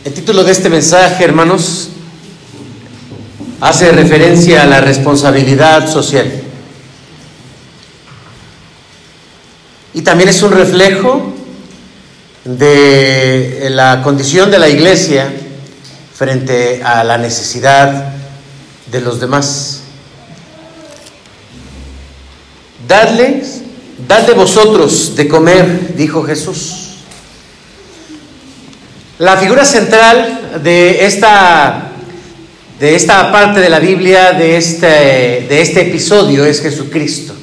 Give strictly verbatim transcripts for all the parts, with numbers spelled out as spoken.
El título de este mensaje, hermanos, hace referencia a la responsabilidad social. Y también es un reflejo de la condición de la iglesia frente a la necesidad de los demás. Dadles, dadle vosotros de comer, dijo Jesús. La figura central de esta, de esta parte de la Biblia, de este, de este episodio, es Jesucristo.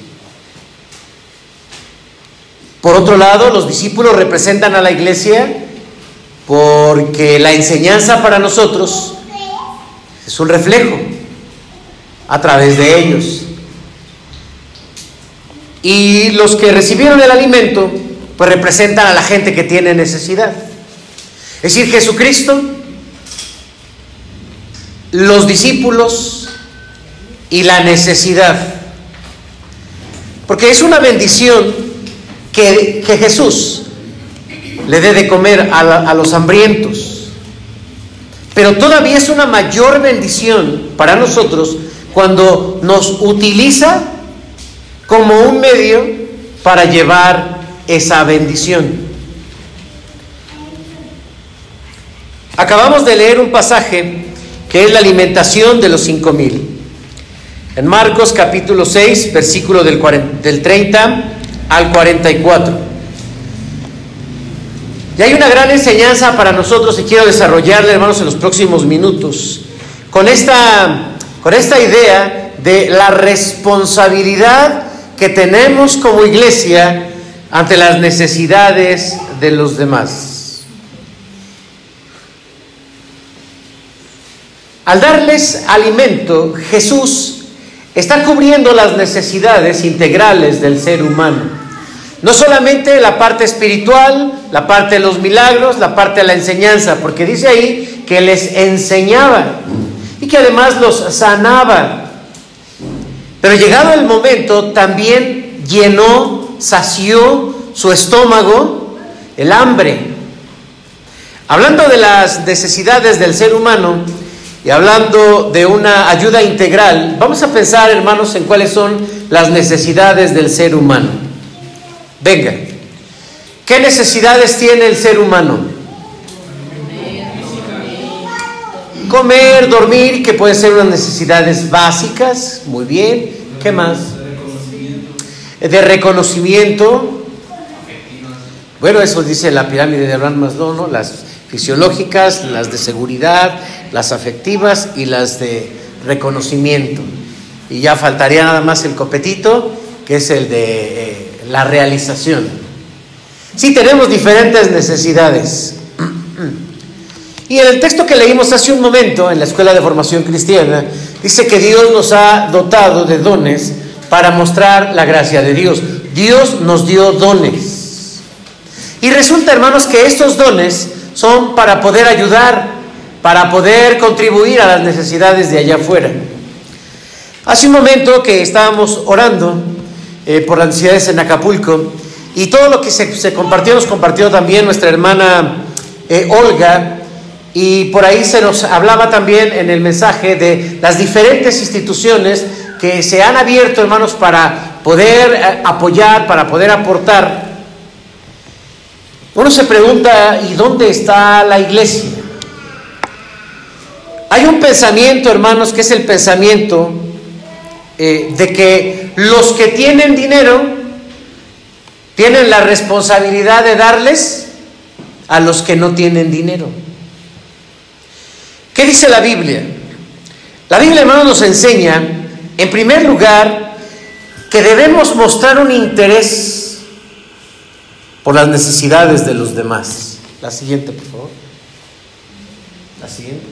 Por otro lado, los discípulos representan a la iglesia porque la enseñanza para nosotros es un reflejo a través de ellos. Y los que recibieron el alimento, pues representan a la gente que tiene necesidad. Es decir, Jesucristo, los discípulos y la necesidad. Porque es una bendición que, que Jesús le dé de comer a, la, a los hambrientos. Pero todavía es una mayor bendición para nosotros cuando nos utiliza como un medio para llevar esa bendición. Acabamos de leer un pasaje que es la alimentación de los cinco mil. En Marcos capítulo seis, versículo del, cuarenta, del treinta al cuarenta y cuatro. Y hay una gran enseñanza para nosotros y quiero desarrollarla, hermanos, en los próximos minutos. Con esta, con esta idea de la responsabilidad que tenemos como iglesia ante las necesidades de los demás. Al darles alimento, Jesús está cubriendo las necesidades integrales del ser humano. No solamente la parte espiritual, la parte de los milagros, la parte de la enseñanza, porque dice ahí que les enseñaba y que además los sanaba. Pero llegado el momento, también llenó, sació su estómago, el hambre. Hablando de las necesidades del ser humano, y hablando de una ayuda integral, vamos a pensar, hermanos, en cuáles son las necesidades del ser humano. Venga, ¿qué necesidades tiene el ser humano? Comer, dormir, que pueden ser unas necesidades básicas, muy bien. ¿Qué más? De reconocimiento. Bueno, eso dice la pirámide de Abraham Maslow, ¿no? Las fisiológicas, las de seguridad, las afectivas y las de reconocimiento. Y ya faltaría nada más el copetito, que es el de eh, la realización. Sí, tenemos diferentes necesidades. Y en el texto que leímos hace un momento en la Escuela de Formación Cristiana, dice que Dios nos ha dotado de dones para mostrar la gracia de Dios. Dios nos dio dones. Y resulta, hermanos, que estos dones son para poder ayudar, para poder contribuir a las necesidades de allá afuera. Hace un momento que estábamos orando eh, por las necesidades en Acapulco, y todo lo que se, se compartió, nos compartió también nuestra hermana eh, Olga, y por ahí se nos hablaba también en el mensaje de las diferentes instituciones que se han abierto, hermanos, para poder eh, apoyar, para poder aportar. Uno se pregunta, ¿y dónde está la iglesia? Hay un pensamiento, hermanos, que es el pensamiento eh, de que los que tienen dinero tienen la responsabilidad de darles a los que no tienen dinero. ¿Qué dice la Biblia? La Biblia, hermanos, nos enseña, en primer lugar, que debemos mostrar un interés por las necesidades de los demás. La siguiente, por favor. La siguiente.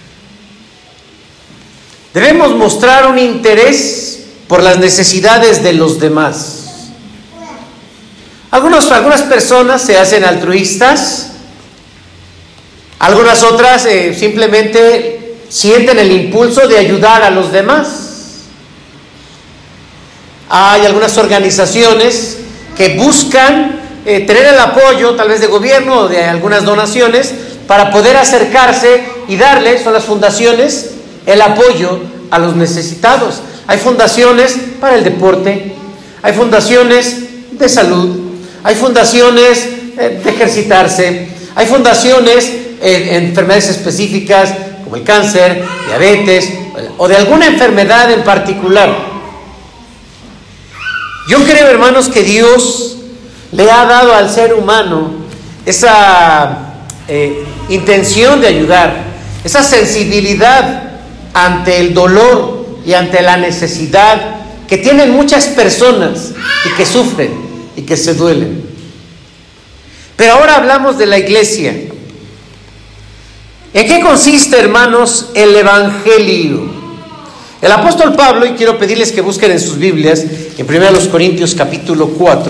Debemos mostrar un interés por las necesidades de los demás. Algunos, algunas personas se hacen altruistas, algunas otras eh, simplemente sienten el impulso de ayudar a los demás. Hay algunas organizaciones que buscan eh, tener el apoyo tal vez de gobierno o de algunas donaciones para poder acercarse y darle, son las fundaciones, el apoyo a los necesitados. Hay fundaciones para el deporte, hay fundaciones de salud, hay fundaciones de ejercitarse, hay fundaciones en enfermedades específicas como el cáncer, diabetes o de alguna enfermedad en particular. Yo creo, hermanos, que Dios le ha dado al ser humano esa eh, intención de ayudar, esa sensibilidad ante el dolor y ante la necesidad que tienen muchas personas y que sufren y que se duelen. Pero ahora hablamos de la iglesia. ¿En qué consiste, hermanos, el evangelio? El apóstol Pablo, y quiero pedirles que busquen en sus Biblias, en primera Corintios capítulo cuatro.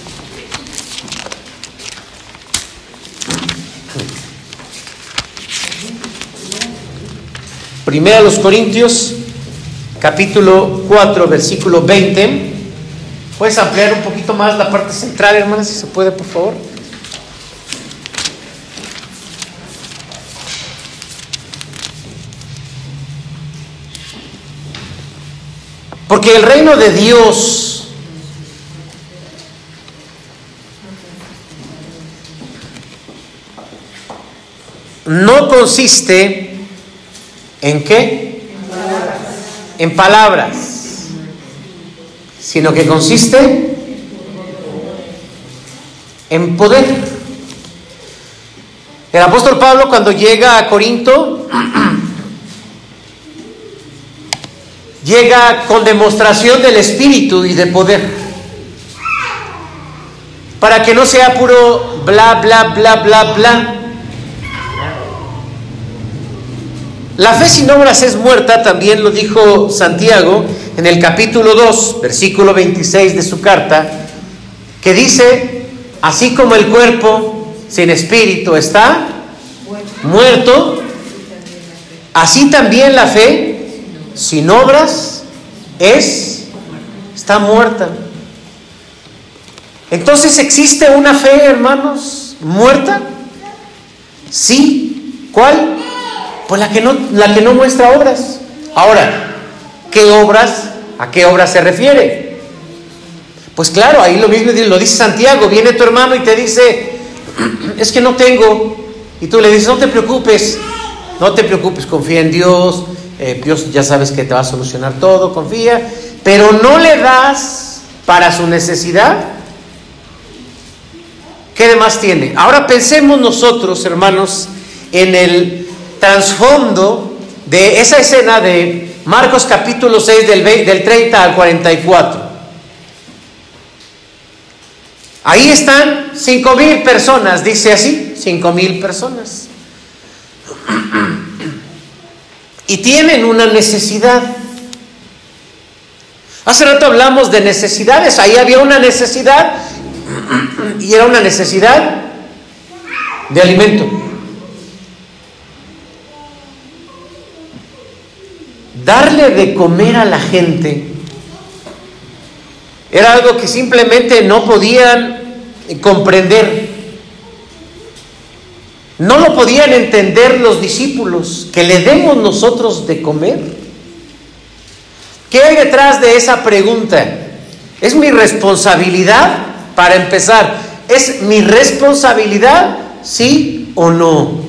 Primera Corintios capítulo cuatro, versículo veinte. ¿Puedes ampliar un poquito más la parte central, hermanas, si se puede, por favor? Porque el reino de Dios no consiste ¿en qué? En palabras, sino que consiste en poder. El apóstol Pablo, cuando llega a Corinto, llega con demostración del Espíritu y de poder, para que no sea puro bla, bla, bla, bla, bla. La fe sin obras es muerta, también lo dijo Santiago en el capítulo dos, versículo veintiséis de su carta, que dice: así como el cuerpo sin espíritu está muerto, así también la fe sin obras es, está muerta. Entonces, ¿existe una fe, hermanos, muerta? Sí. ¿Cuál? Pues la que no, la que no muestra obras. Ahora, ¿qué obras? ¿A qué obras se refiere? Pues claro, ahí lo mismo lo dice Santiago. Viene tu hermano y te dice: es que no tengo. Y tú le dices: no te preocupes, no te preocupes, confía en Dios. Eh, Dios ya sabes que te va a solucionar todo, confía. Pero no le das para su necesidad. ¿Qué demás tiene? Ahora pensemos nosotros, hermanos, en el trasfondo de esa escena de Marcos capítulo seis, del, del treinta al cuarenta y cuatro. Ahí están cinco mil personas, dice así, cinco mil personas. Y tienen una necesidad. Hace rato hablamos de necesidades. Ahí había una necesidad, y era una necesidad de alimento. Darle de comer a la gente era algo que simplemente no podían comprender. No lo podían entender los discípulos. ¿Que le demos nosotros de comer? ¿Qué hay detrás de esa pregunta? ¿Es mi responsabilidad? Para empezar, ¿es mi responsabilidad? ¿Sí o no?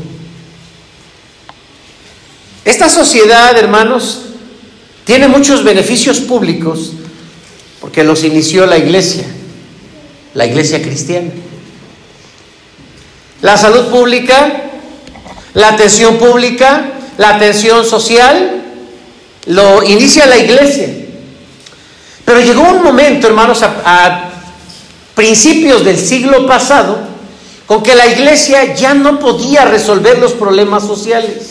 Esta sociedad, hermanos, tiene muchos beneficios públicos porque los inició la iglesia, la iglesia cristiana. La salud pública, la atención pública, la atención social, lo inicia la iglesia. Pero llegó un momento, hermanos, a, a principios del siglo pasado, con que la iglesia ya no podía resolver los problemas sociales.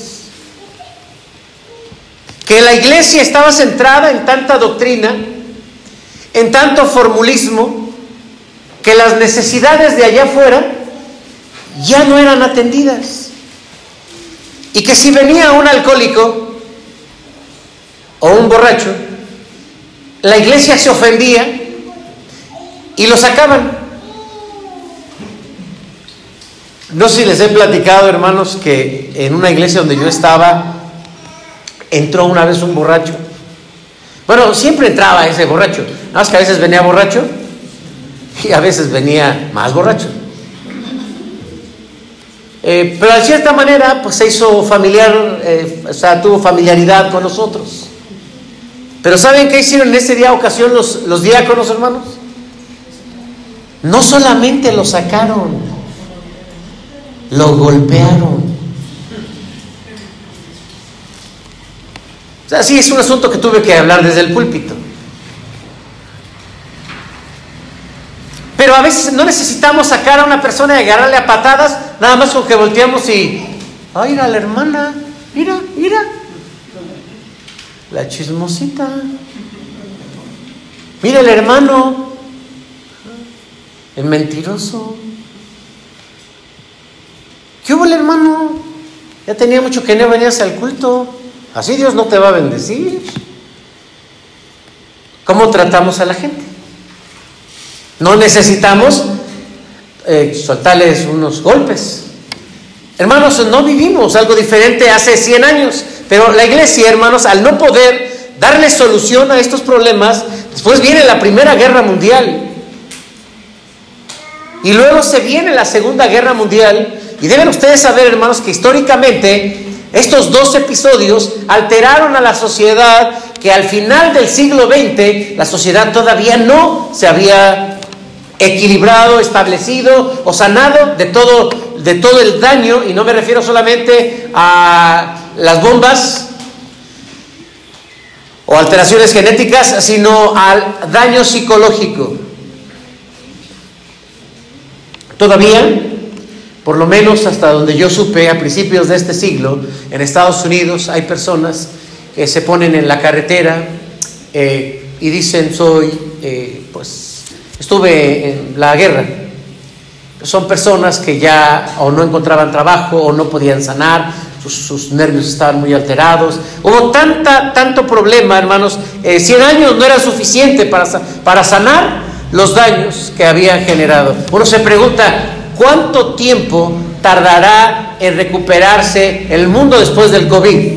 Que la iglesia estaba centrada en tanta doctrina, en tanto formulismo, que las necesidades de allá afuera ya no eran atendidas. Y que si venía un alcohólico o un borracho, la iglesia se ofendía y lo sacaban. No sé si les he platicado, hermanos, que en una iglesia donde yo estaba, entró una vez un borracho. Bueno, siempre entraba ese borracho, nada más que a veces venía borracho y a veces venía más borracho. Eh, pero de cierta manera, pues se hizo familiar, eh, o sea, tuvo familiaridad con nosotros. Pero ¿saben qué hicieron en ese día ocasión los, los diáconos, hermanos? No solamente lo sacaron, lo golpearon. O sea, sí, es un asunto que tuve que hablar desde el púlpito. Pero a veces no necesitamos sacar a una persona y agarrarle a patadas, nada más con que volteamos y, ay, mira la hermana, mira, mira, la chismosita, mira el hermano, el mentiroso. ¿Qué hubo el hermano? Ya tenía mucho que no venías al culto. Así Dios no te va a bendecir. ¿Cómo tratamos a la gente? No necesitamos eh, soltarles unos golpes. Hermanos, no vivimos algo diferente hace cien años, pero la iglesia, hermanos, al no poder darle solución a estos problemas, después viene la Primera Guerra Mundial y luego se viene la Segunda Guerra Mundial, y deben ustedes saber, hermanos, que históricamente estos dos episodios alteraron a la sociedad, que al final del siglo veinte la sociedad todavía no se había equilibrado, establecido o sanado de todo, de todo el daño, y no me refiero solamente a las bombas o alteraciones genéticas, sino al daño psicológico. Todavía, por lo menos hasta donde yo supe, a principios de este siglo, en Estados Unidos hay personas que se ponen en la carretera eh, y dicen, soy, eh, pues, estuve en la guerra. Son personas que ya o no encontraban trabajo o no podían sanar, sus, sus nervios estaban muy alterados. Hubo tanta, tanto problema, hermanos. Eh, cien años no era suficiente para, para sanar los daños que habían generado. Uno se pregunta, ¿cuánto tiempo tardará en recuperarse el mundo después del COVID?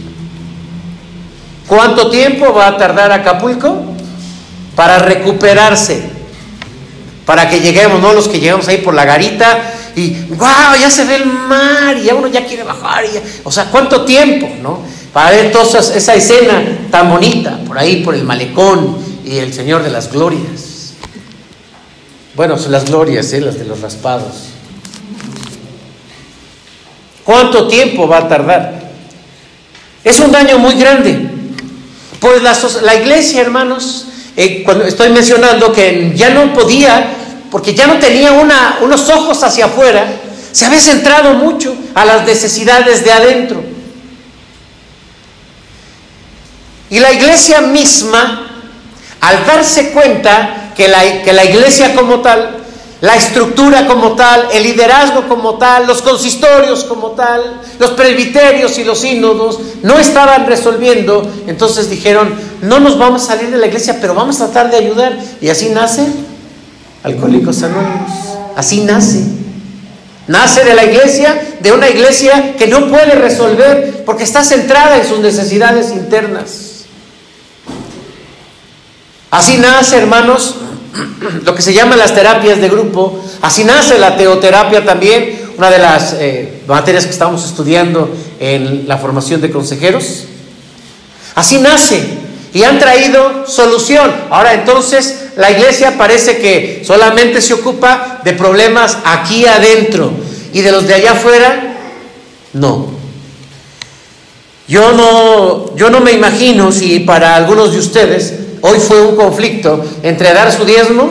¿Cuánto tiempo va a tardar Acapulco para recuperarse? Para que lleguemos, no los que llegamos ahí por la garita y ¡wow! Ya se ve el mar y ya uno ya quiere bajar. Y ya, o sea, ¿cuánto tiempo, no? Para ver toda esa escena tan bonita por ahí, por el malecón y el Señor de las Glorias. Bueno, son las glorias, ¿eh? Las de los raspados. ¿Cuánto tiempo va a tardar? Es un daño muy grande. Pues la, la iglesia, hermanos, eh, cuando estoy mencionando que ya no podía, porque ya no tenía una, unos ojos hacia afuera, se había centrado mucho a las necesidades de adentro. Y la iglesia misma, al darse cuenta que la, que la iglesia como tal, la estructura como tal, el liderazgo como tal, los consistorios como tal, los presbiterios y los sínodos no estaban resolviendo, entonces dijeron, no nos vamos a salir de la iglesia, pero vamos a tratar de ayudar. Y así nace Alcohólicos Anónimos. Así nace. Nace de la iglesia, de una iglesia que no puede resolver porque está centrada en sus necesidades internas. Así nace, hermanos, lo que se llaman las terapias de grupo. Así nace la teoterapia también, una de las eh, materias que estamos estudiando en la formación de consejeros. Así nace y han traído solución. Ahora entonces la iglesia parece que solamente se ocupa de problemas aquí adentro y de los de allá afuera, no. Yo no, yo no me imagino si para algunos de ustedes hoy fue un conflicto entre dar su diezmo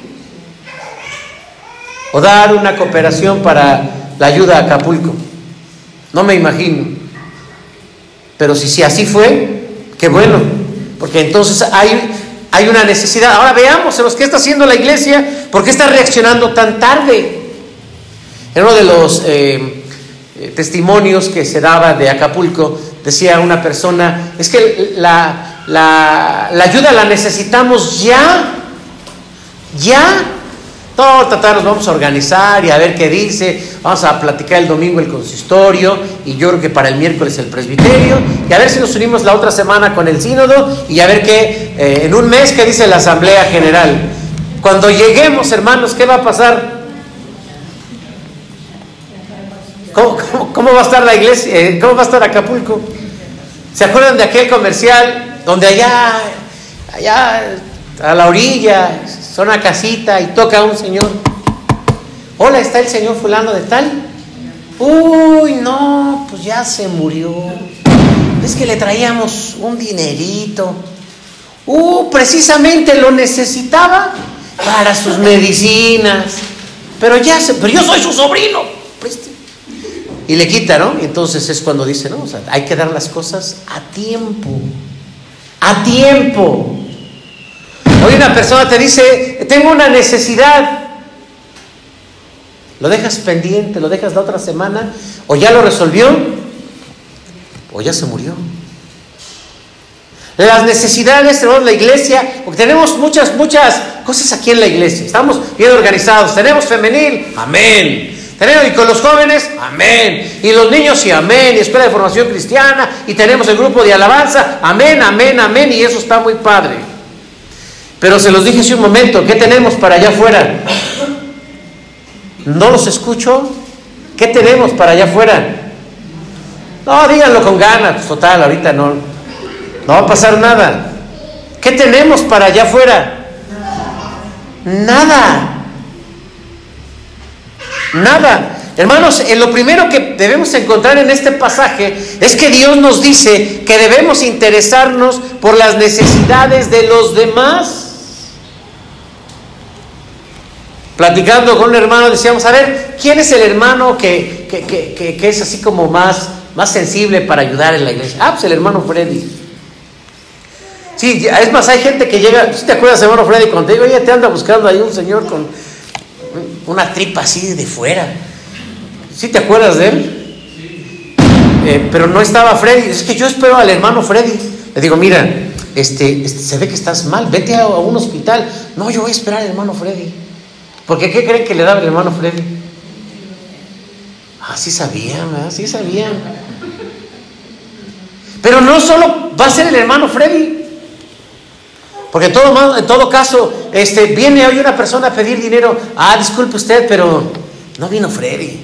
o dar una cooperación para la ayuda a Acapulco. No me imagino. Pero si, si así fue, qué bueno, porque entonces hay, hay una necesidad. Ahora veamos, hermanos, ¿qué está haciendo la iglesia? ¿Por qué está reaccionando tan tarde? En uno de los eh, testimonios que se daba de Acapulco, decía una persona, es que la... La, la ayuda la necesitamos ya, ya. No, tata, nos vamos a organizar y a ver qué dice. Vamos a platicar el domingo el consistorio y yo creo que para el miércoles el presbiterio, y a ver si nos unimos la otra semana con el sínodo y a ver qué, eh, en un mes, qué dice la asamblea general. Cuando lleguemos, hermanos, ¿qué va a pasar? ¿Cómo, cómo, cómo va a estar la iglesia? Eh, ¿Cómo va a estar Acapulco? ¿Se acuerdan de aquel comercial donde allá, allá a la orilla, son una casita y toca un señor? Hola, ¿está el señor fulano de tal? Uy, no, pues ya se murió. Es que le traíamos un dinerito. Uh, precisamente lo necesitaba para sus medicinas. Pero ya se, pero yo soy su sobrino. Y le quita, ¿no? Y entonces es cuando dice, no, o sea, hay que dar las cosas a tiempo. A tiempo. Hoy una persona te dice, tengo una necesidad. Lo dejas pendiente, lo dejas la otra semana, o ya lo resolvió, o ya se murió. Las necesidades, tenemos la iglesia, porque tenemos muchas, muchas cosas aquí en la iglesia. Estamos bien organizados, tenemos femenil, amén. Tenemos, y con los jóvenes, amén. Y los niños, y amén. Y escuela de formación cristiana, y tenemos el grupo de alabanza, amén, amén, amén. Y eso está muy padre. Pero se los dije hace un momento, ¿qué tenemos para allá afuera? ¿No los escucho? ¿Qué tenemos para allá afuera? No, díganlo con ganas, total, ahorita no, no va a pasar nada. ¿Qué tenemos para allá afuera? Nada. Nada. Hermanos, en lo primero que debemos encontrar en este pasaje es que Dios nos dice que debemos interesarnos por las necesidades de los demás. Platicando con un hermano decíamos, a ver, ¿quién es el hermano que, que, que, que, que es así como más, más sensible para ayudar en la iglesia? Ah, pues el hermano Freddy. Sí, es más, hay gente que llega, ¿sí te acuerdas, hermano Freddy, cuando te digo, oye, te anda buscando ahí un señor con una tripa así de fuera? ¿Sí te acuerdas de él? Eh, pero no estaba Freddy. Es que yo espero al hermano Freddy. Le digo, mira, este, este se ve que estás mal, vete a, a un hospital. No, yo voy a esperar al hermano Freddy. Porque ¿qué creen que le daba el hermano Freddy? Ah, sí sabían, ¿verdad? Sí sabían. Pero no solo va a ser el hermano Freddy. Porque en todo, en todo caso, este, viene hoy una persona a pedir dinero. Ah, disculpe usted, pero no vino Freddy.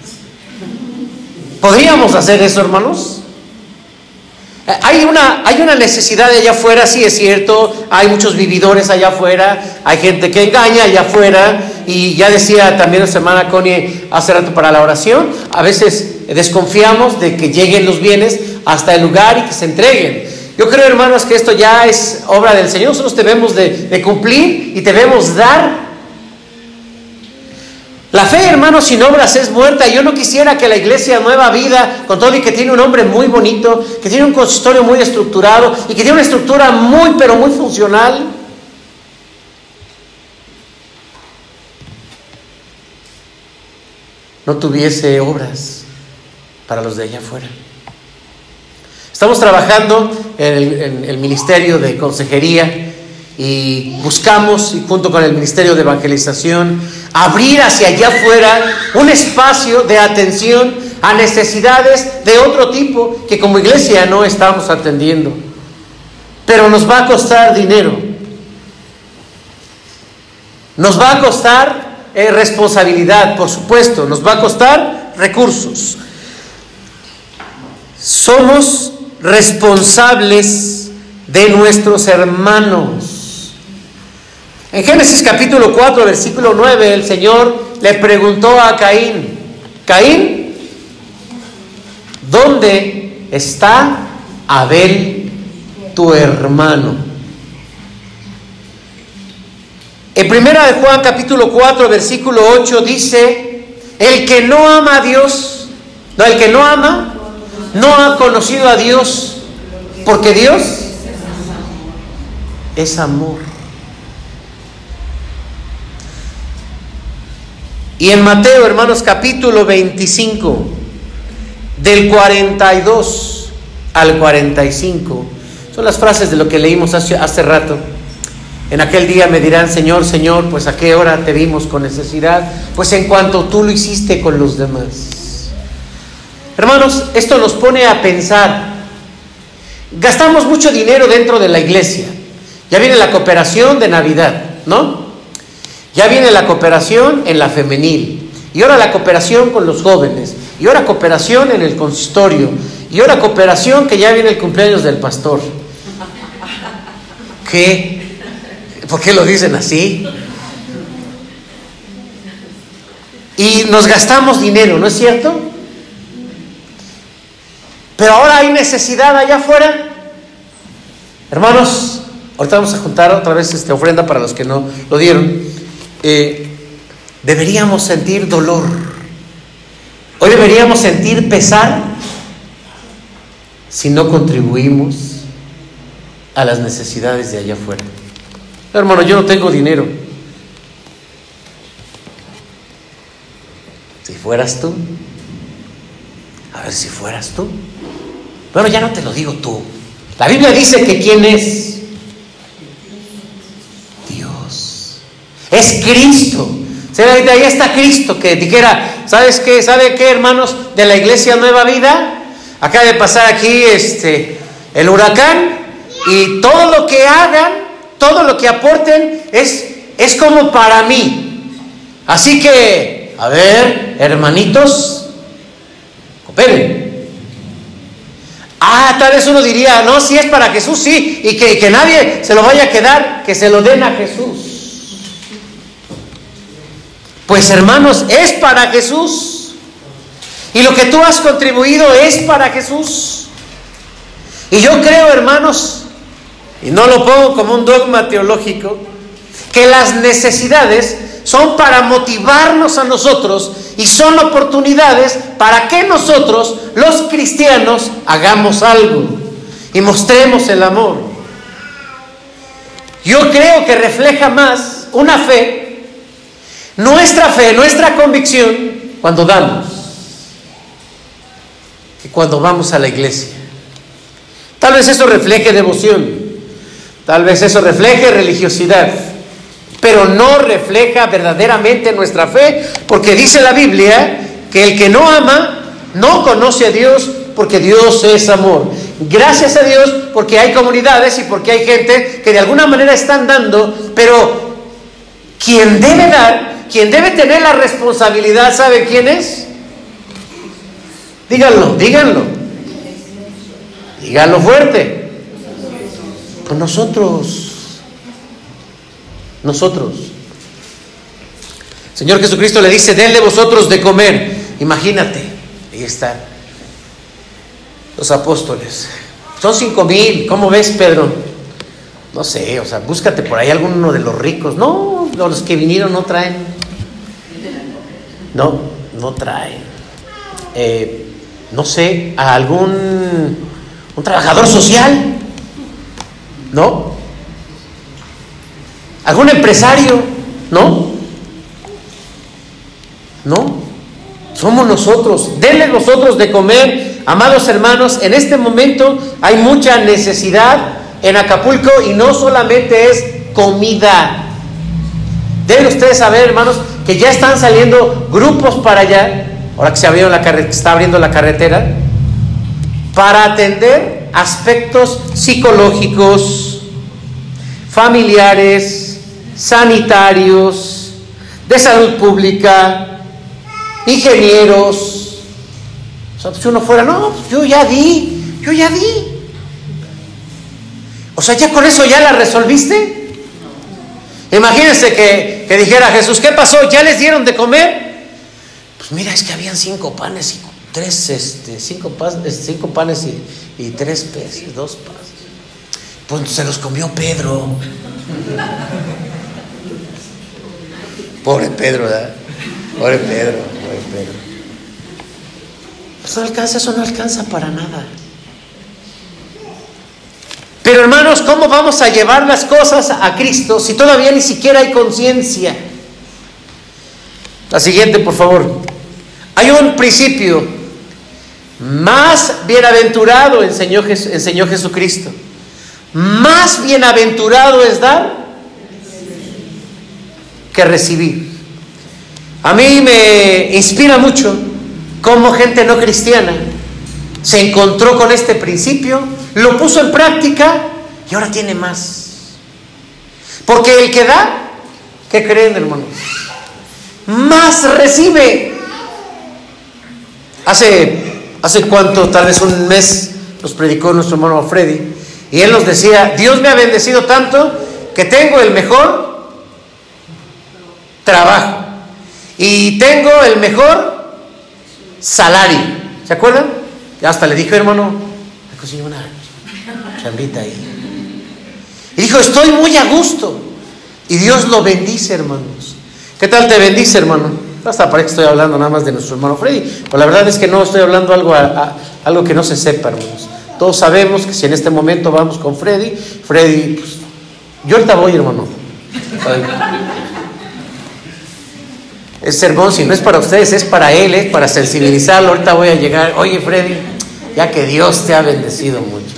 ¿Podríamos hacer eso, hermanos? Hay una, hay una necesidad allá afuera, sí es cierto. Hay muchos vividores allá afuera. Hay gente que engaña allá afuera. Y ya decía también la hermana Connie hace rato para la oración, a veces desconfiamos de que lleguen los bienes hasta el lugar y que se entreguen. Yo creo, hermanos, que esto ya es obra del Señor. Nosotros debemos de, de cumplir y debemos dar. La fe, hermanos, sin obras es muerta. Yo no quisiera que la iglesia Nueva Vida, con todo y que tiene un nombre muy bonito, que tiene un consistorio muy estructurado y que tiene una estructura muy, pero muy funcional, no tuviese obras para los de allá afuera. Estamos trabajando en el, en el ministerio de consejería y buscamos, y junto con el ministerio de evangelización, abrir hacia allá afuera un espacio de atención a necesidades de otro tipo que como iglesia no estamos atendiendo. Pero nos va a costar dinero. Nos va a costar eh, responsabilidad, por supuesto. Nos va a costar recursos. Somos responsables de nuestros hermanos. En Génesis capítulo cuatro, versículo nueve, el Señor le preguntó a Caín: Caín, ¿dónde está Abel, tu hermano? En primera de Juan capítulo cuatro, versículo ocho dice: el que no ama a Dios, no, el que no ama, no ha conocido a Dios, porque Dios es amor. Y en Mateo, hermanos, capítulo veinticinco, del cuarenta y dos al cuarenta y cinco, son las frases de lo que leímos hace, hace rato. En aquel día me dirán: Señor, Señor, pues ¿a qué hora te vimos con necesidad? Pues en cuanto tú lo hiciste con los demás. Hermanos, esto nos pone a pensar. Gastamos mucho dinero dentro de la iglesia. Ya viene la cooperación de Navidad, ¿no? Ya viene la cooperación en la femenil. Y ahora la cooperación con los jóvenes. Y ahora cooperación en el consistorio. Y ahora cooperación que ya viene el cumpleaños del pastor. ¿Qué? ¿Por qué lo dicen así? Y nos gastamos dinero, ¿no es cierto? Pero ahora hay necesidad allá afuera. Hermanos, ahorita vamos a juntar otra vez esta ofrenda para los que no lo dieron. Eh, deberíamos sentir dolor. Hoy deberíamos sentir pesar si no contribuimos a las necesidades de allá afuera. Hermano, yo no tengo dinero. Si fueras tú, a ver si fueras tú. Bueno, ya no te lo digo tú. La Biblia dice que ¿quién es? Dios. Es Cristo. Ahí está Cristo que dijera: ¿sabes qué? ¿Sabe qué, hermanos de la iglesia Nueva Vida? Acaba de pasar aquí este el huracán, y todo lo que hagan, todo lo que aporten es, es como para mí. Así que, a ver, hermanitos, cooperen. Ah, tal vez uno diría: no, si es para Jesús, sí, y que, que nadie se lo vaya a quedar, que se lo den a Jesús. Pues hermanos, es para Jesús. Y lo que tú has contribuido es para Jesús. Y yo creo, hermanos, y no lo pongo como un dogma teológico, que las necesidades son para motivarnos a nosotros y son oportunidades para que nosotros, los cristianos, hagamos algo y mostremos el amor. Yo creo que refleja más una fe, nuestra fe, nuestra convicción, cuando damos, que cuando vamos a la iglesia. Tal vez eso refleje devoción, tal vez eso refleje religiosidad, pero no refleja verdaderamente nuestra fe, porque dice la Biblia que el que no ama no conoce a Dios, porque Dios es amor. Gracias a Dios porque hay comunidades y porque hay gente que de alguna manera están dando, pero quien debe dar, quien debe tener la responsabilidad, ¿sabe quién es? Díganlo, díganlo. Díganlo fuerte. Pues nosotros. Nosotros. Señor Jesucristo le dice: denle vosotros de comer. Imagínate, ahí está. Los apóstoles. Son cinco mil. ¿Cómo ves, Pedro? No sé, o sea, búscate por ahí alguno de los ricos. No, los que vinieron no traen. No, no traen. Eh, no sé, a algún un trabajador social, ¿no? ¿Algún empresario? ¿No? ¿No? Somos nosotros. Denle vosotros de comer, amados hermanos. En este momento hay mucha necesidad en Acapulco y no solamente es comida. Deben ustedes saber, hermanos, que ya están saliendo grupos para allá, ahora que se abrió la carre- está abriendo la carretera, para atender aspectos psicológicos, familiares, sanitarios, de salud pública, ingenieros. O sea, si uno fuera: no, yo ya di, yo ya di. O sea, ya con eso ya la resolviste. Imagínense que, que dijera Jesús: ¿qué pasó? ¿Ya les dieron de comer? Pues mira, es que habían cinco panes y tres, este, cinco, pas, cinco panes y, y tres peces, dos panes. Pues se los comió Pedro. Pobre Pedro, ¿verdad? Pobre Pedro, pobre Pedro. Pues no alcanza, eso no alcanza para nada. Pero hermanos, ¿cómo vamos a llevar las cosas a Cristo si todavía ni siquiera hay conciencia? La siguiente, por favor. Hay un principio: más bienaventurado, enseñó, enseñó Jesucristo. Más bienaventurado es dar que recibir. A mí me inspira mucho cómo gente no cristiana se encontró con este principio, lo puso en práctica y ahora tiene más. Porque el que da, ¿qué creen, hermanos? Más recibe. Hace, hace cuánto, tal vez un mes, nos predicó nuestro hermano Freddy, y él nos decía: Dios me ha bendecido tanto que tengo el mejor trabajo y tengo el mejor salario. ¿Se acuerdan? Y hasta le dijo: hermano, me consiguió una chambita ahí. Y dijo: estoy muy a gusto. Y Dios lo bendice, hermanos. ¿Qué tal te bendice, hermano? Hasta parece que estoy hablando nada más de nuestro hermano Freddy, pero la verdad es que no estoy hablando algo, a, a, algo que no se sepa, hermanos. Todos sabemos que si en este momento vamos con Freddy, Freddy, pues, yo ahorita voy, hermano. Es sermón, si no es para ustedes, es para él, es para sensibilizarlo. Ahorita voy a llegar: oye, Freddy, ya que Dios te ha bendecido mucho.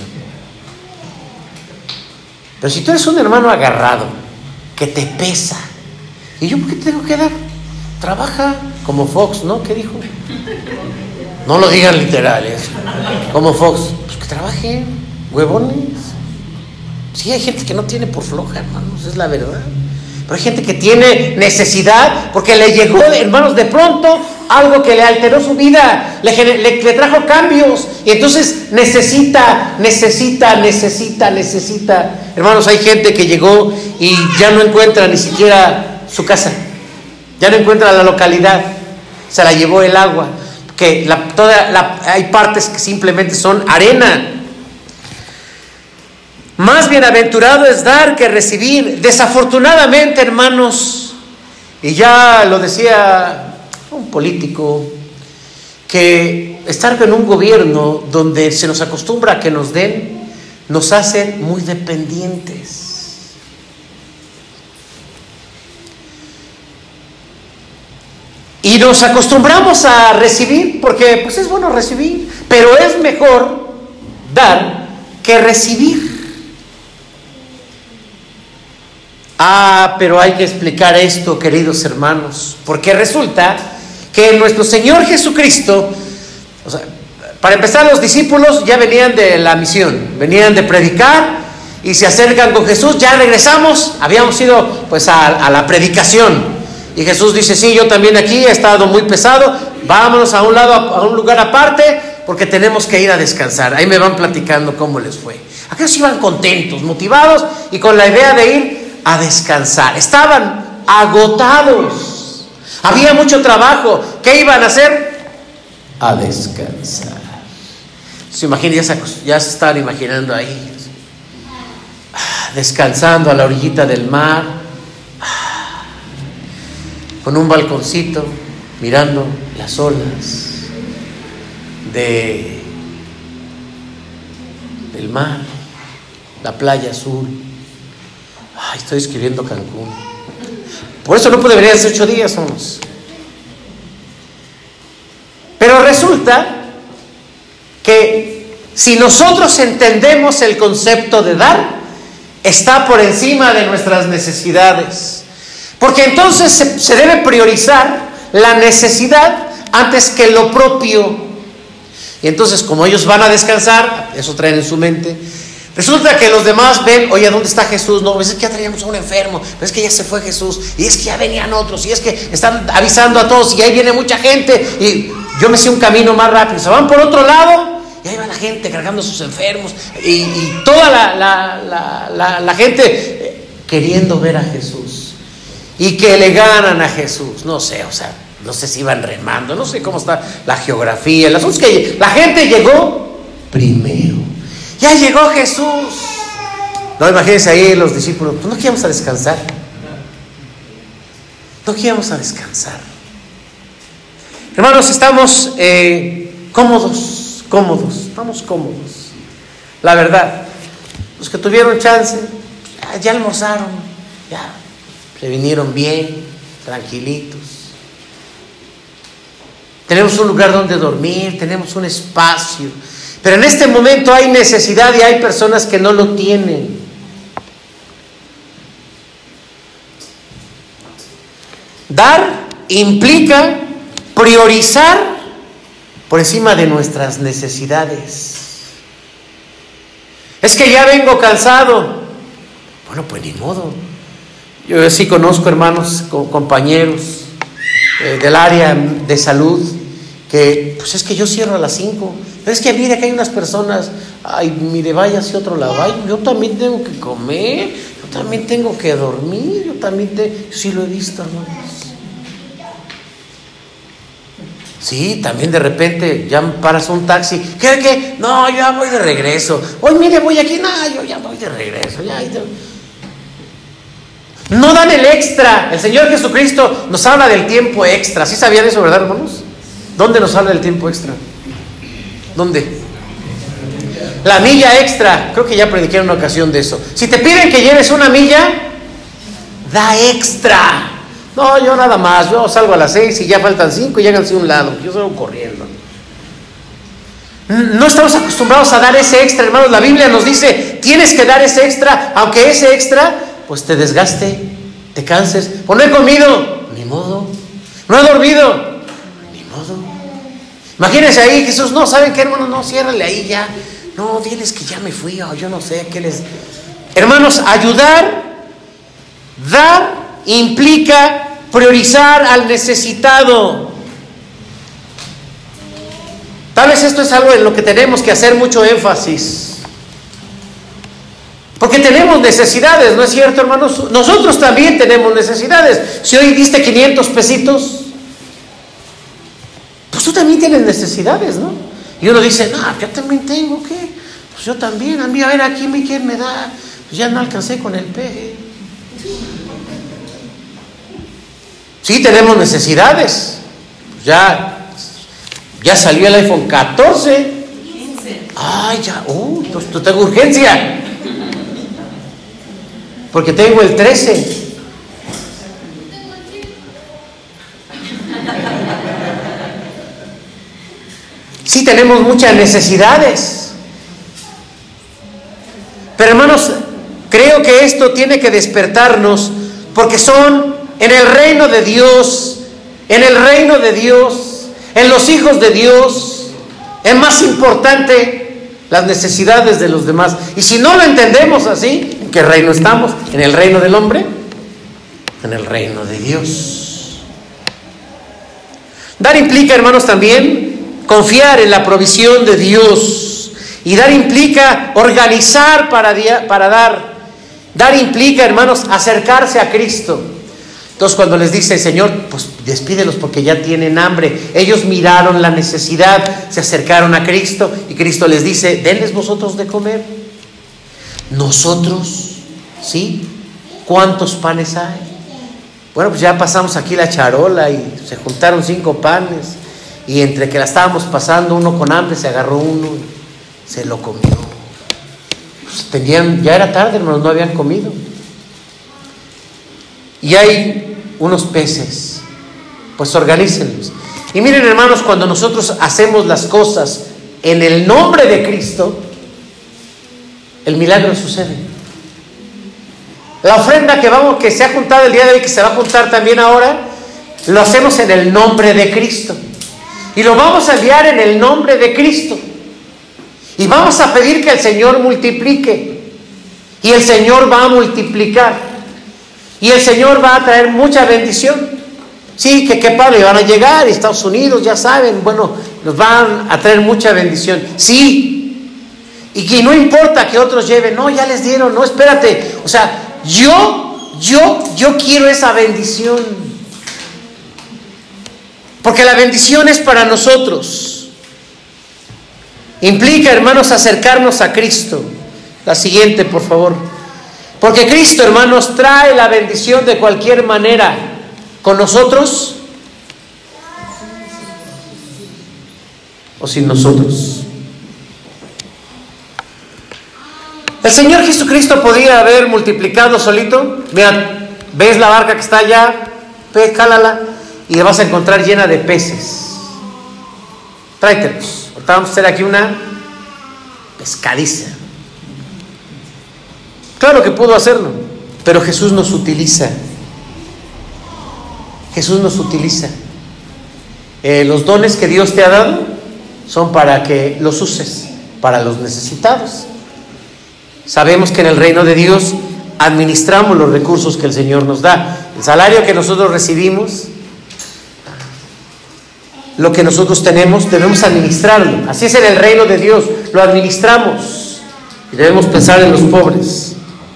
Pero si tú eres un hermano agarrado, que te pesa, ¿y yo por qué te tengo que dar? Trabaja como Fox, ¿no? ¿Qué dijo? No lo digan literal, ¿eh? Como Fox. Pues que trabaje, huevones. Sí, hay gente que no tiene por floja, hermanos, es la verdad. Pero hay gente que tiene necesidad porque le llegó, hermanos, de pronto algo que le alteró su vida, le, le, le trajo cambios, y entonces necesita, necesita, necesita, necesita. Hermanos, hay gente que llegó y ya no encuentra ni siquiera su casa, ya no encuentra la localidad, se la llevó el agua, que la, toda la, hay partes que simplemente son arena. Más bienaventurado es dar que recibir. Desafortunadamente, hermanos, y ya lo decía un político, que estar en un gobierno donde se nos acostumbra a que nos den, nos hace muy dependientes. Y nos acostumbramos a recibir porque pues es bueno recibir, pero es mejor dar que recibir. Ah, pero hay que explicar esto, queridos hermanos, porque resulta que nuestro Señor Jesucristo, o sea, para empezar, los discípulos ya venían de la misión, venían de predicar y se acercan con Jesús. Ya regresamos, habíamos ido pues a, a la predicación, y Jesús dice: sí, yo también aquí he estado muy pesado, vámonos a un lado, a un lugar aparte, porque tenemos que ir a descansar. Ahí me van platicando cómo les fue. Aquellos iban contentos, motivados y con la idea de ir a descansar. Estaban agotados, había mucho trabajo. ¿Qué iban a hacer? A descansar. Se imagina, ya se, ya se están imaginando ahí, descansando a la orillita del mar, con un balconcito, mirando las olas de, del mar, la playa azul. Ay, estoy escribiendo Cancún. Por eso no pude venir hace ocho días, somos. Pero resulta que si nosotros entendemos el concepto de dar, está por encima de nuestras necesidades. Porque entonces se, se debe priorizar la necesidad antes que lo propio. Y entonces, como ellos van a descansar, eso traen en su mente, resulta que los demás ven: oye, ¿dónde está Jesús? No, es que ya traíamos a un enfermo, pero es que ya se fue Jesús, y es que ya venían otros, y es que están avisando a todos, y ahí viene mucha gente, y yo me sé un camino más rápido. Se van por otro lado, y ahí va la gente cargando a sus enfermos, y, y toda la, la, la, la, la gente queriendo ver a Jesús, y que le ganan a Jesús. No sé, o sea, no sé si iban remando, no sé cómo está la geografía. El asunto es que la gente llegó primero. Ya llegó Jesús. No, imagínense ahí los discípulos: pues no queríamos a descansar. No queríamos a descansar. Hermanos, estamos eh, cómodos, cómodos, estamos cómodos. La verdad, los que tuvieron chance, ya, ya almorzaron, ya se vinieron bien, tranquilitos. Tenemos un lugar donde dormir, tenemos un espacio. Pero en este momento hay necesidad y hay personas que no lo tienen. Dar implica priorizar por encima de nuestras necesidades. Es que ya vengo cansado. Bueno, pues ni modo. Yo sí conozco hermanos, compañeros eh, del área de salud, que pues es que yo cierro a las cinco. Pero es que mire que hay unas personas, ay, mire, vaya hacia otro lado. Ay, yo también tengo que comer, yo también tengo que dormir, yo también te... Yo sí lo he visto, hermanos. Sí, también de repente ya paras un taxi. ¿Qué, qué? No, ya voy de regreso. Hoy mire, voy aquí. No, yo ya voy de regreso. Ya, ya. No dan el extra. El Señor Jesucristo nos habla del tiempo extra. ¿Sí sabían eso, verdad, hermanos? ¿Dónde nos habla del tiempo extra? ¿Dónde? La milla extra. Creo que ya prediqué en una ocasión de eso. Si te piden que lleves una milla, da extra. No, yo nada más, yo salgo a las seis y ya faltan cinco y llegan a un lado, yo salgo corriendo. No estamos acostumbrados a dar ese extra, hermanos. La Biblia nos dice, tienes que dar ese extra, aunque ese extra, pues te desgaste, te canses. Pues no he comido, ni modo. No he dormido, ni modo. Imagínense ahí, Jesús, no, ¿saben qué, hermanos? No, ciérrale ahí ya. No, diles que ya me fui, o yo no sé qué les... Hermanos, ayudar, dar, implica priorizar al necesitado. Tal vez esto es algo en lo que tenemos que hacer mucho énfasis, porque tenemos necesidades, ¿no es cierto, hermanos? Nosotros también tenemos necesidades. Si hoy diste quinientos pesitos, pues tú también tienes necesidades, ¿no? Y uno dice, no, yo también tengo, ¿qué? Pues yo también, a mí, a ver, aquí quién me da, pues ya no alcancé con el peje. Sí, tenemos necesidades. Ya, ya salió el iPhone catorce. Ay, ya, uh, pues yo tengo urgencia. Porque tengo el trece. Sí, tenemos muchas necesidades. Pero hermanos, creo que esto tiene que despertarnos, porque son en el reino de Dios, en el reino de Dios, en los hijos de Dios, es más importante las necesidades de los demás. Y si no lo entendemos así, ¿en qué reino estamos? ¿En el reino del hombre? En el reino de Dios. Dar implica, hermanos, también confiar en la provisión de Dios. Y dar implica organizar para, para dar. Dar implica, hermanos, acercarse a Cristo. Entonces, cuando les dice el Señor, pues despídelos porque ya tienen hambre. Ellos miraron la necesidad, se acercaron a Cristo y Cristo les dice, denles vosotros de comer. Nosotros, ¿sí? ¿Cuántos panes hay? Bueno, pues ya pasamos aquí la charola y se juntaron cinco panes. Y entre que la estábamos pasando, uno con hambre se agarró uno y se lo comió. Pues tenían, ya era tarde, hermanos, no habían comido. Y hay unos peces, pues organícenlos. Y miren, hermanos, cuando nosotros hacemos las cosas en el nombre de Cristo, el milagro sucede. La ofrenda que vamos, que se ha juntado el día de hoy, que se va a juntar también ahora, lo hacemos en el nombre de Cristo. Y lo vamos a enviar en el nombre de Cristo. Y vamos a pedir que el Señor multiplique. Y el Señor va a multiplicar. Y el Señor va a traer mucha bendición. Sí, que qué padre, van a llegar a Estados Unidos, ya saben, bueno, nos van a traer mucha bendición. Sí, y que no importa que otros lleven, no, ya les dieron, no, espérate. O sea, yo, yo, yo quiero esa bendición. Porque la bendición es para nosotros. Implica, hermanos, acercarnos a Cristo. La siguiente, por favor. Porque Cristo, hermanos, trae la bendición de cualquier manera. ¿Con nosotros? ¿O sin nosotros? El Señor Jesucristo podía haber multiplicado solito. Mira, ¿ves la barca que está allá? Ve, cálala y la vas a encontrar llena de peces. Tráetelos. Ahorita vamos a hacer aquí una pescadiza. Claro que pudo hacerlo, pero Jesús nos utiliza. Jesús nos utiliza. Eh, los dones que Dios te ha dado son para que los uses para los necesitados. Sabemos que en el reino de Dios administramos los recursos que el Señor nos da. El salario que nosotros recibimos, lo que nosotros tenemos, debemos administrarlo. Así es en el reino de Dios, lo administramos y debemos pensar en los pobres.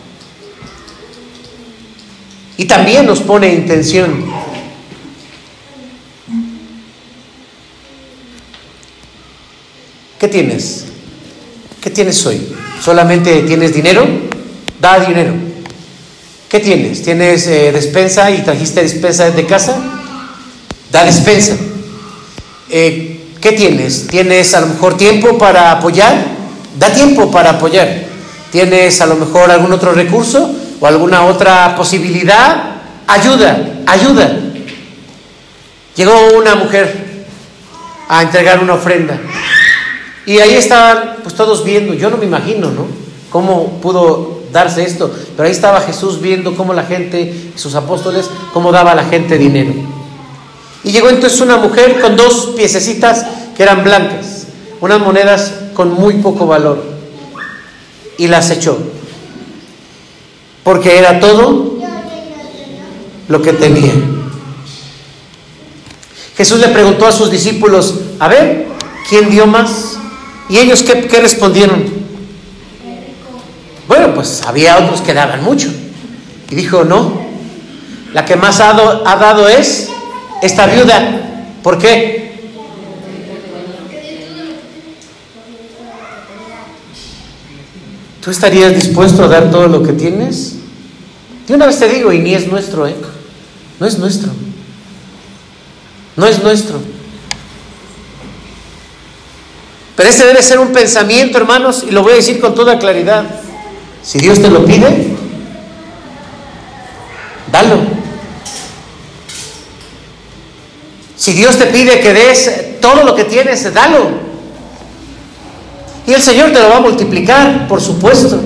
Y también nos pone intención. ¿Qué tienes? ¿Qué tienes hoy? ¿Solamente tienes dinero? Da dinero. ¿Qué tienes? ¿Tienes eh, despensa y trajiste despensa de casa? Da despensa. Eh, ¿Qué tienes? ¿Tienes a lo mejor tiempo para apoyar? Da tiempo para apoyar. ¿Tienes a lo mejor algún otro recurso o alguna otra posibilidad? Ayuda, ayuda. Llegó una mujer a entregar una ofrenda y ahí estaban pues todos viendo. Yo no me imagino, ¿no?, cómo pudo darse esto, pero ahí estaba Jesús viendo cómo la gente, sus apóstoles, cómo daba a la gente dinero. Y llegó entonces una mujer con dos piececitas que eran blancas, unas monedas con muy poco valor, y las echó, porque era todo lo que tenía. Jesús le preguntó a sus discípulos: a ver, ¿quién dio más? ¿Y ellos qué, qué respondieron? Bueno, pues había otros que daban mucho. Y dijo: no, la que más ha, do, ha dado es esta viuda. ¿Por qué? ¿Tú estarías dispuesto a dar todo lo que tienes? De una vez te digo, y ni es nuestro, ¿eh? No es nuestro. No es nuestro. Pero este debe ser un pensamiento, hermanos, y lo voy a decir con toda claridad. Si Dios te lo pide, dalo. Si Dios te pide que des todo lo que tienes, dalo. Y el Señor te lo va a multiplicar, por supuesto.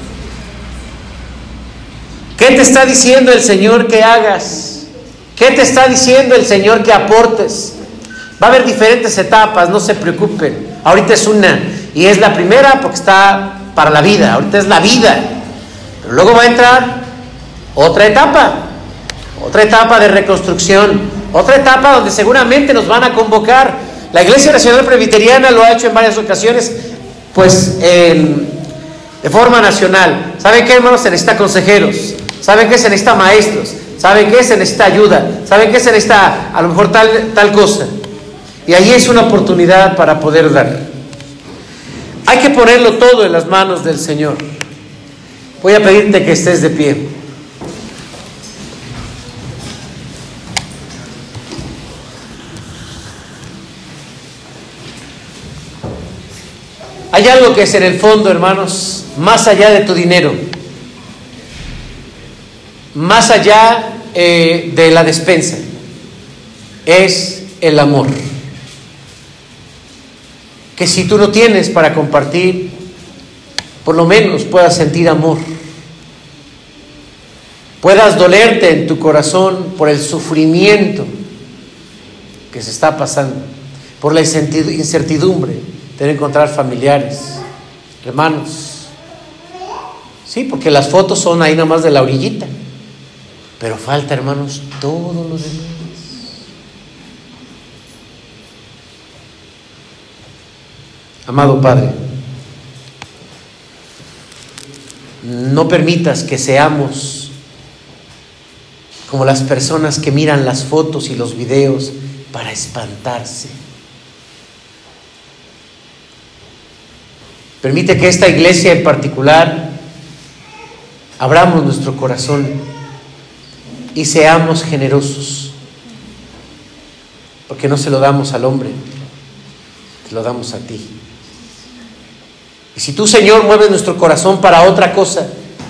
¿Qué te está diciendo el Señor que hagas? ¿Qué te está diciendo el Señor que aportes? Va a haber diferentes etapas, no se preocupen. Ahorita es una, y es la primera porque está para la vida, ahorita es la vida. Pero luego va a entrar otra etapa, otra etapa de reconstrucción, otra etapa donde seguramente nos van a convocar. La Iglesia Nacional Presbiteriana lo ha hecho en varias ocasiones, pues en, de forma nacional. ¿Saben qué, hermanos? Se necesita consejeros. ¿Saben qué? Se necesita maestros. ¿Saben qué? Se necesita ayuda. ¿Saben qué? Se necesita a lo mejor tal, tal cosa. Y ahí es una oportunidad para poder dar. Hay que ponerlo todo en las manos del Señor. Voy a pedirte que estés de pie. Hay algo que es en el fondo, hermanos, más allá de tu dinero, más allá eh, de la despensa, es el amor. Que si tú no tienes para compartir, por lo menos puedas sentir amor, puedas dolerte en tu corazón por el sufrimiento que se está pasando, por la incertidumbre de encontrar familiares, hermanos. Sí, porque las fotos son ahí nomás de la orillita, pero falta, hermanos, todo lo demás. Amado Padre, no permitas que seamos como las personas que miran las fotos y los videos para espantarse. Permite que esta iglesia en particular abramos nuestro corazón y seamos generosos, porque no se lo damos al hombre, te lo damos a ti. Y si tú, Señor, mueves nuestro corazón para otra cosa,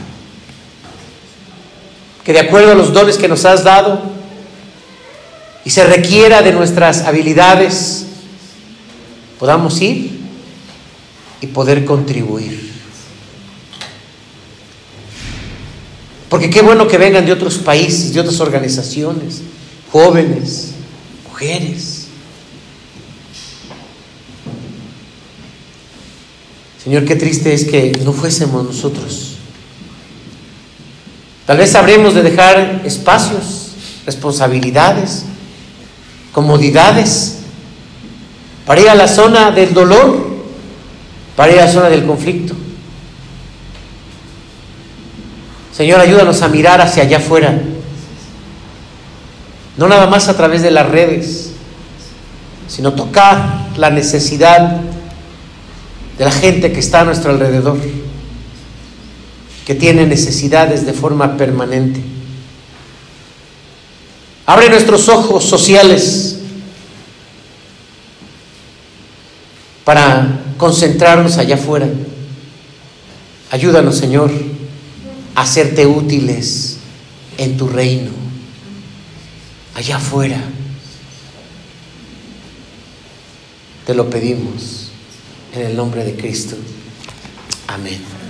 que de acuerdo a los dones que nos has dado y se requiera de nuestras habilidades, podamos ir y poder contribuir. Porque qué bueno que vengan de otros países, de otras organizaciones, jóvenes, mujeres. Señor, qué triste es que no fuésemos nosotros. Tal vez habremos de dejar espacios, responsabilidades, comodidades, para ir a la zona del dolor, para ir a la zona del conflicto. Señor, ayúdanos a mirar hacia allá afuera, no nada más a través de las redes, sino tocar la necesidad de la gente que está a nuestro alrededor, que tiene necesidades de forma permanente. Abre nuestros ojos sociales para concentrarnos allá afuera. Ayúdanos, Señor, a hacerte útiles en tu reino, allá afuera. Te lo pedimos en el nombre de Cristo. Amén.